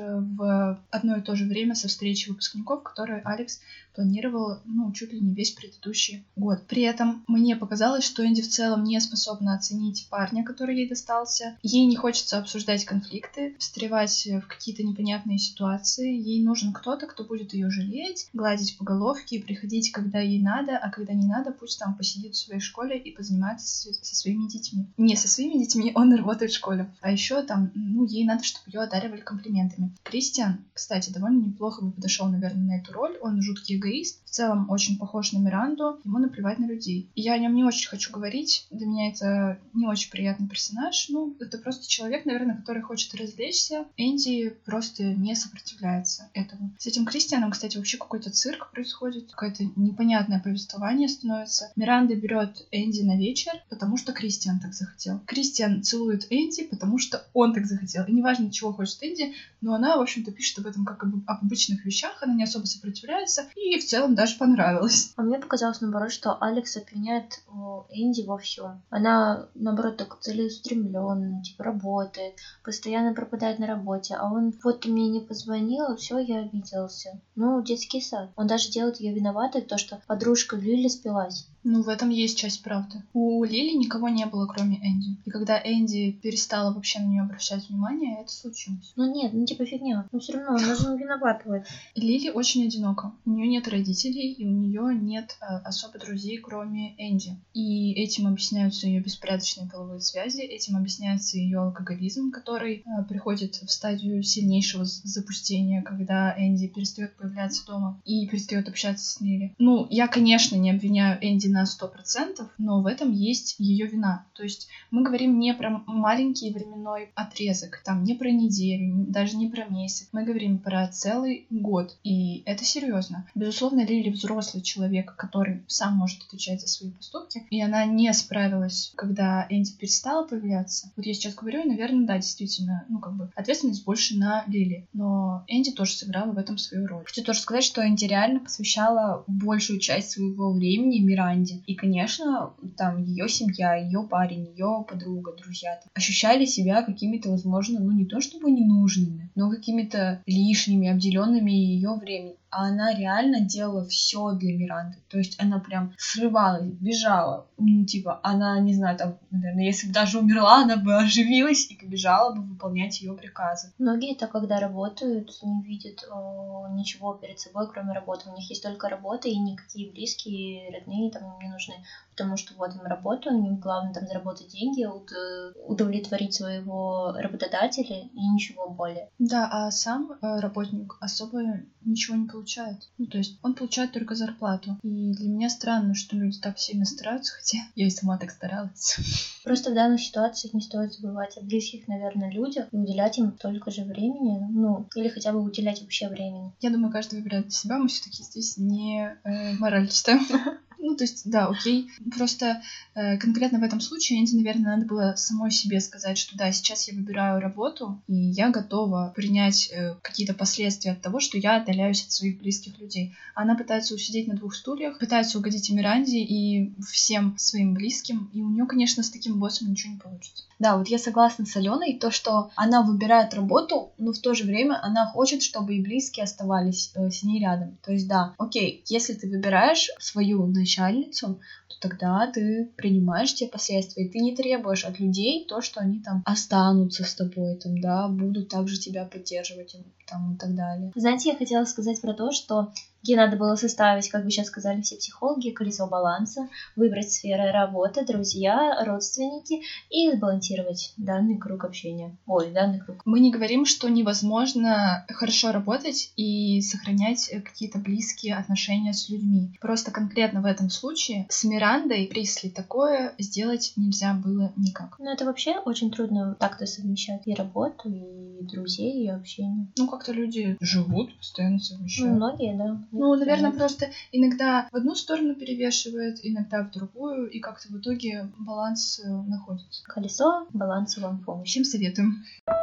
в одно и то же время со встречей выпускников, которые Алекс планировал, чуть ли не весь предыдущий год. При этом мне показалось, что Энди в целом не способна оценить парня, который ей достался. Ей не хочется обсуждать конфликты, встревать в какие-то непонятные ситуации. Ей нужен кто-то, кто будет ее жалеть, гладить по головке и приходить, когда ей надо, а когда не надо, пусть там посидит в своей школе и позанимается со своими детьми. Не со своими детьми, он работает в школе. А еще там, ей надо, чтобы ее одаривали комплиментами. Кристиан, кстати, довольно неплохо бы подошел, наверное, на эту роль. Он жуткий эгоист, в целом очень похож на Миранду, ему наплевать на людей. И я о нем не очень хочу говорить, для меня это не очень приятный персонаж, это просто человек, наверное, который хочет развлечься. Энди просто не сопротивляется этому. С этим Кристианом, кстати, вообще какой-то цирк происходит, какое-то непонятное повествование становится. Миранда берет Энди на вечер, потому что Кристиан так захотел. Кристиан целует Энди, потому что он так захотел. И неважно, чего хочет Энди, но она, в общем-то, пишет об этом как об обычных вещах, она не особо сопротивляется, и в целом даже понравилось. А мне показалось, наоборот, что Алекс обвиняет Энди во всем. Она, наоборот, так целеустремленная, работает, постоянно пропадает на работе, а он, вот ты мне не позвонила, все, я обиделся. Детский сад. Он даже делает ее виноватой, то, что подружка Лили спилась. В этом есть часть правды. У Лили никого не было, кроме Энди. И когда Энди перестала вообще на нее обращать внимание, это случилось. Фигня. Все равно, она же виновата. Лили очень одинока. У нее нет родителей, и у нее нет особо друзей, кроме Энди. И этим объясняются ее беспорядочные половые связи, этим объясняется ее алкоголизм, который приходит в стадию сильнейшего запустения, когда Энди перестает появляться дома и перестает общаться с Лили. Я, конечно, не обвиняю Энди на 100%, но в этом есть ее вина. То есть мы говорим не про маленький временной отрезок, не про неделю, даже не про месяц. Мы говорим про целый год, и это серьезно. Безусловно, Лили взрослый человек, который сам может отвечать за свои поступки, и она не справилась, когда Энди перестала появляться. Вот я сейчас говорю, и, наверное, да, действительно, ответственность больше на Лили. Но Энди тоже сыграла в этом свою роль. Хочу тоже сказать, что Энди реально посвящала большую часть своего времени Миранде. И, конечно, там ее семья, ее парень, ее подруга, друзья ощущали себя какими-то, возможно, не то чтобы ненужными, но какими-то лишними, обделенными ее временем. А она реально делала все для Миранды. То есть она прям срывалась, бежала. Она, не знаю, наверное, если бы даже умерла, она бы оживилась и побежала бы выполнять ее приказы. Многие-то, когда работают, не видят ничего перед собой, кроме работы. У них есть только работа, и никакие близкие, родные там им не нужны. Потому что им работа, у них главное заработать деньги, удовлетворить своего работодателя и ничего более. Да, а сам работник особо ничего не получает. То есть он получает только зарплату. И для меня странно, что люди так сильно стараются, хотя я и сама так старалась. Просто в данных ситуациях не стоит забывать о близких, наверное, людях и уделять им столько же времени, или хотя бы уделять вообще времени. Я думаю, каждый выбирает для себя, мы все-таки здесь не мораль читаем. то есть, да, окей. Просто конкретно в этом случае Энди, наверное, надо было самой себе сказать, что да, сейчас я выбираю работу, и я готова принять какие-то последствия от того, что я отдаляюсь от своих близких людей. Она пытается усидеть на двух стульях, пытается угодить и Миранде, и всем своим близким, и у нее, конечно, с таким боссом ничего не получится. Да, вот я согласна с Аленой, то, что она выбирает работу, но в то же время она хочет, чтобы и близкие оставались с ней рядом. То есть, да, окей, если ты выбираешь свою начальницу, то тогда ты принимаешь те последствия, и ты не требуешь от людей то, что они там останутся с тобой, там, да, будут также тебя поддерживать там, и так далее. Знаете, я хотела сказать про то, что ей надо было составить, как бы сейчас сказали все психологи, колесо баланса, выбрать сферы работы, друзья, родственники и сбалансировать данный круг общения. Данный круг. Мы не говорим, что невозможно хорошо работать и сохранять какие-то близкие отношения с людьми. Просто конкретно в этом случае с Мирандой Присли такое сделать нельзя было никак. Но это вообще очень трудно так-то совмещать и работу, и друзей, и общение. Ну, как-то люди живут, постоянно совмещают. Ну, многие, да. Ну, наверное, просто иногда в одну сторону перевешивает, иногда в другую, и как-то в итоге баланс находится. Колесо баланса вам в помощь. Всем советуем.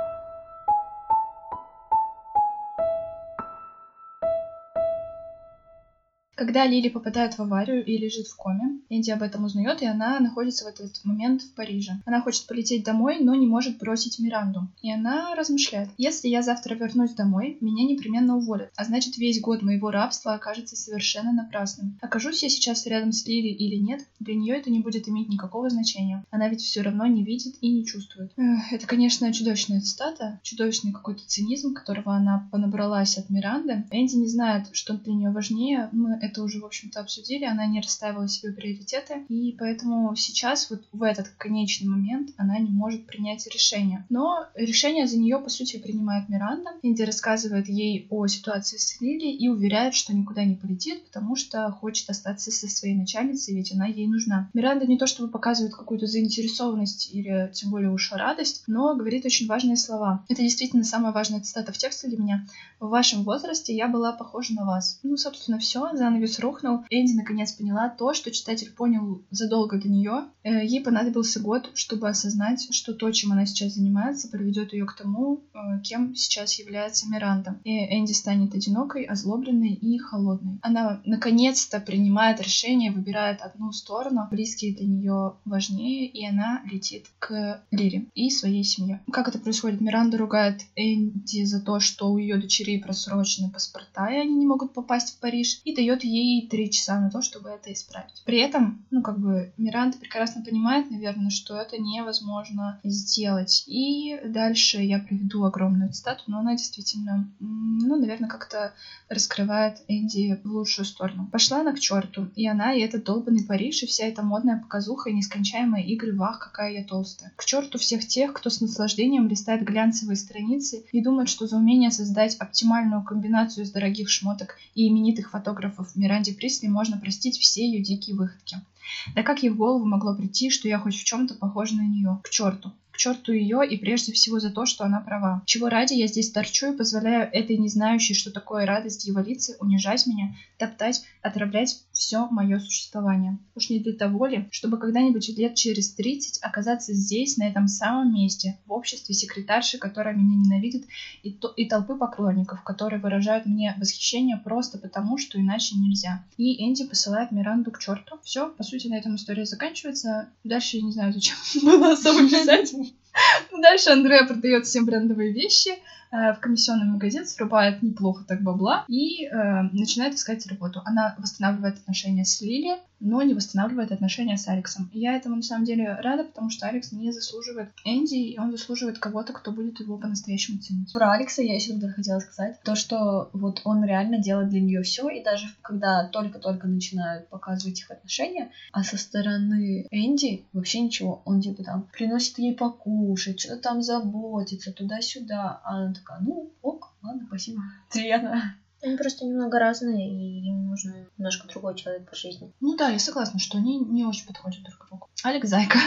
Когда Лили попадает в аварию и лежит в коме, Энди об этом узнает, и она находится в этот момент в Париже. Она хочет полететь домой, но не может бросить Миранду. И она размышляет: если я завтра вернусь домой, меня непременно уволят, а значит весь год моего рабства окажется совершенно напрасным. Окажусь я сейчас рядом с Лили или нет, для нее это не будет иметь никакого значения. Она ведь все равно не видит и не чувствует. Это, конечно, чудовищная цитата, чудовищный какой-то цинизм, которого она понабралась от Миранды. Энди не знает, что для нее важнее. Мы это уже, в общем-то, обсудили, она не расставила себе приоритеты, и поэтому сейчас, вот в этот конечный момент, она не может принять решение. Но решение за нее, по сути, принимает Миранда. Энди рассказывает ей о ситуации с Лили и уверяет, что никуда не полетит, потому что хочет остаться со своей начальницей, ведь она ей нужна. Миранда не то чтобы показывает какую-то заинтересованность или тем более уж радость, но говорит очень важные слова. Это действительно самая важная цитата в тексте для меня. В вашем возрасте я была похожа на вас. Ну, собственно, все. Занавес рухнул. Энди наконец поняла то, что читатель понял задолго до нее. Ей понадобился год, чтобы осознать, что то, чем она сейчас занимается, приведет ее к тому, кем сейчас является Миранда. И Энди станет одинокой, озлобленной и холодной. Она наконец-то принимает решение, выбирает одну сторону. Близкие для нее важнее, и она летит к Лире и своей семье. Как это происходит? Миранда ругает Энди за то, что у ее дочерей просрочены паспорта, и они не могут попасть в Париж, и дает ей 3 часа на то, чтобы это исправить. При этом, Миранда прекрасно понимает, наверное, что это невозможно сделать. И дальше я приведу огромную цитату, но она действительно, наверное, как-то раскрывает Энди в лучшую сторону. Пошла она к черту, и она, и этот долбанный Париж, и вся эта модная показуха, и нескончаемые игры, вах, какая я толстая. К черту всех тех, кто с наслаждением листает глянцевые страницы и думает, что за умение создать оптимальную комбинацию из дорогих шмоток и именитых фотографов Миранде Присли можно простить все ее дикие выходки. Да как ей в голову могло прийти, что я хоть в чем-то похожа на нее? К черту. К черту ее и прежде всего за то, что она права. Чего ради я здесь торчу и позволяю этой не знающей, что такое радость дьяволице, унижать меня, топтать, отравлять все мое существование. Уж не для того ли, чтобы когда-нибудь лет через 30 оказаться здесь, на этом самом месте, в обществе секретарши, которая меня ненавидит, и толпы поклонников, которые выражают мне восхищение просто потому, что иначе нельзя. И Энди посылает Миранду к черту. Все, по сути, на этом история заканчивается. Дальше я не знаю, зачем было особо писать. Дальше Андреа продает всем брендовые вещи, в комиссионный магазин срубает неплохо так бабла и начинает искать работу. Она восстанавливает отношения с Лили, но не восстанавливает отношения с Алексом. И я этому на самом деле рада, потому что Алекс не заслуживает Энди, и он заслуживает кого-то, кто будет его по-настоящему ценить. Про Алекса я еще тогда хотела сказать. То, что вот он реально делает для нее все, и даже когда только-только начинают показывать их отношения, а со стороны Энди вообще ничего. Он типа там приносит ей покушать, что-то там заботится, туда-сюда. А она такая, ок, ладно, спасибо. Приятно. Они просто немного разные, и им нужен немножко другой человек по жизни. Ну да, я согласна, что они не очень подходят друг к другу. Алекс зайка.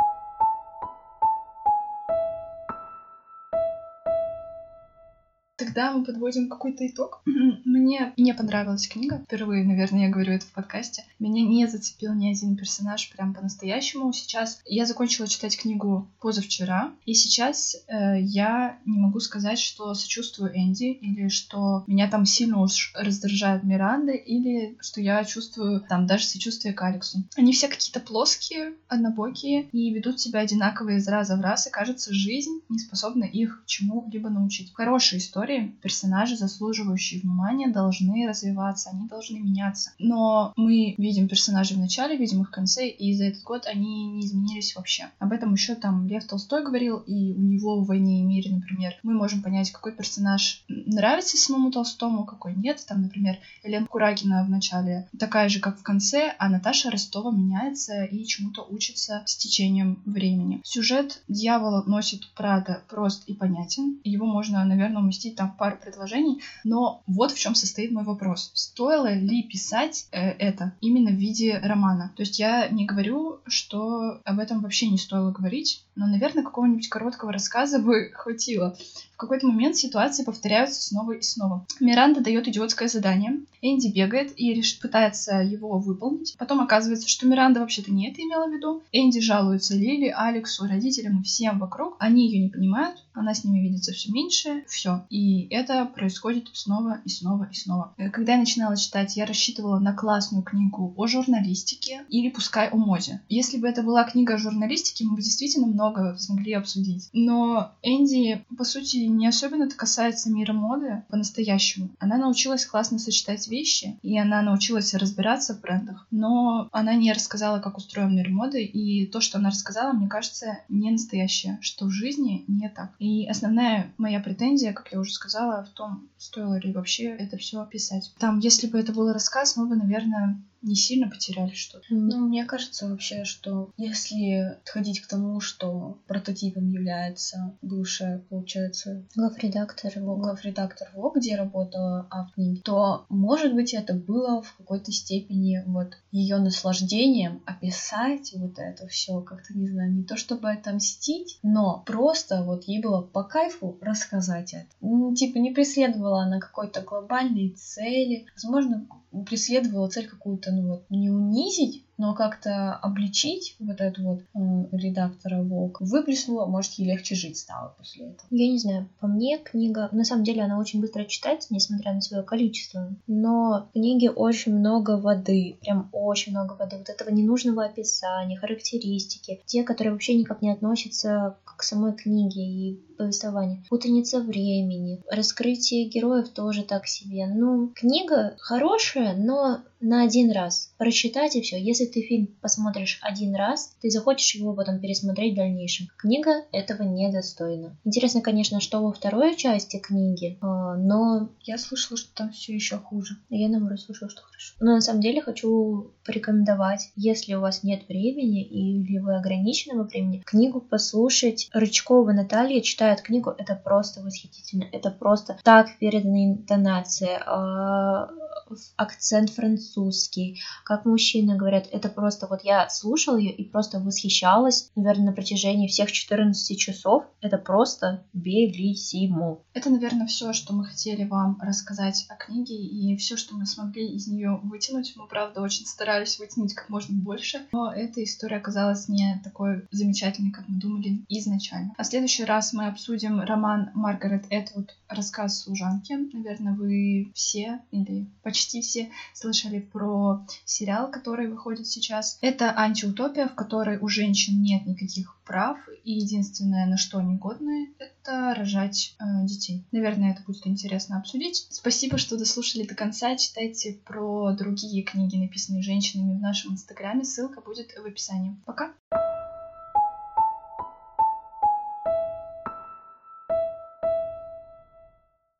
Тогда тогда мы подводим какой-то итог. Мне не понравилась книга. Впервые, наверное, я говорю это в подкасте. Меня не зацепил ни один персонаж прям по-настоящему. Сейчас я закончила читать книгу позавчера, и сейчас я не могу сказать, что сочувствую Энди, или что меня там сильно уж раздражает Миранда, или что я чувствую там даже сочувствие к Алексу. Они все какие-то плоские, однобокие, и ведут себя одинаково из раза в раз, и кажется, жизнь не способна их чему-либо научить. В хорошей истории персонажи, заслуживающие внимания, должны развиваться, они должны меняться. Но мы видим персонажей в начале, видим их в конце, и за этот год они не изменились вообще. Об этом еще там Лев Толстой говорил, и у него в «Войне и мире», например, мы можем понять, какой персонаж нравится самому Толстому, какой нет. Там, например, Елена Курагина в начале такая же, как в конце, а Наташа Ростова меняется и чему-то учится с течением времени. Сюжет «Дьявола носит Прада» прост и понятен. Его можно, наверное, уместить там в пару предложений, но вот в чем состоит мой вопрос. Стоило ли писать это именно в виде романа? То есть я не говорю, что об этом вообще не стоило говорить, но, наверное, какого-нибудь короткого рассказа бы хватило. В какой-то момент ситуации повторяются снова и снова. Миранда дает идиотское задание. Энди бегает и пытается его выполнить. Потом оказывается, что Миранда вообще-то не это имела в виду. Энди жалуется Лили, Алексу, родителям и всем вокруг. Они ее не понимают. Она с ними видится все меньше. Все. И это происходит снова и снова и снова. Когда я начинала читать, я рассчитывала на классную книгу о журналистике или пускай о моде. Если бы это была книга о журналистике, мы бы действительно много смогли обсудить. Но Энди, по сути, не особенно-то касается мира моды по-настоящему. Она научилась классно сочетать вещи, и она научилась разбираться в брендах, но она не рассказала, как устроен мир моды, и то, что она рассказала, мне кажется, не настоящее, что в жизни не так. И основная моя претензия, как я уже сказала, в том, стоило ли вообще это все писать. Там, если бы это был рассказ, мы бы, наверное, не сильно потеряли что-то. Ну, мне кажется вообще, что если отходить к тому, что прототипом является бывшая, получается, главредактор ВОК, где работала автор, то, может быть, это было в какой-то степени вот ее наслаждением описать вот это все, как-то, не знаю, не то чтобы отомстить, но просто вот ей было по кайфу рассказать это. Типа не преследовала она какой-то глобальной цели, возможно, преследовала цель какую-то, ну вот, не унизить, но как-то обличить вот эту вот редактора ВОК, выплеснула, может, ей легче жить стало после этого. Я не знаю, по мне книга, на самом деле она очень быстро читается, несмотря на свое количество, но в книге очень много воды, прям очень много воды, вот этого ненужного описания, характеристики, те, которые вообще никак не относятся к самой книге и повествованию. Путаница времени, раскрытие героев тоже так себе. Ну, книга хорошая, но на один раз. Прочитать и все. Если ты фильм посмотришь один раз, ты захочешь его потом пересмотреть в дальнейшем. Книга этого недостойна. Интересно, конечно, что во второй части книги, но... Я слышала, что там все еще хуже. Я, наоборот, слышала, что хорошо. Но на самом деле хочу порекомендовать, если у вас нет времени или вы ограничены во времени, книгу послушать. Рычкова Наталья читает книгу, это просто восхитительно. Это просто так передана интонация, акцент французский, как мужчины говорят, это просто вот я слушала ее и просто восхищалась, наверное, на протяжении всех 14 часов. Это просто белиссимо. Это, наверное, все, что мы хотели вам рассказать о книге, и все, что мы смогли из нее вытянуть. Мы, правда, очень старались вытянуть как можно больше, но эта история оказалась не такой замечательной, как мы думали изначально. А в следующий раз мы обсудим роман Маргарет Этвуд «Рассказ служанки». Наверное, вы все или почти все слышали про сериал, который выходит сейчас. Это антиутопия, в которой у женщин нет никаких прав, и единственное, на что они годны, это рожать детей. Наверное, это будет интересно обсудить. Спасибо, что дослушали до конца. Читайте про другие книги, написанные женщинами в нашем инстаграме. Ссылка будет в описании. Пока!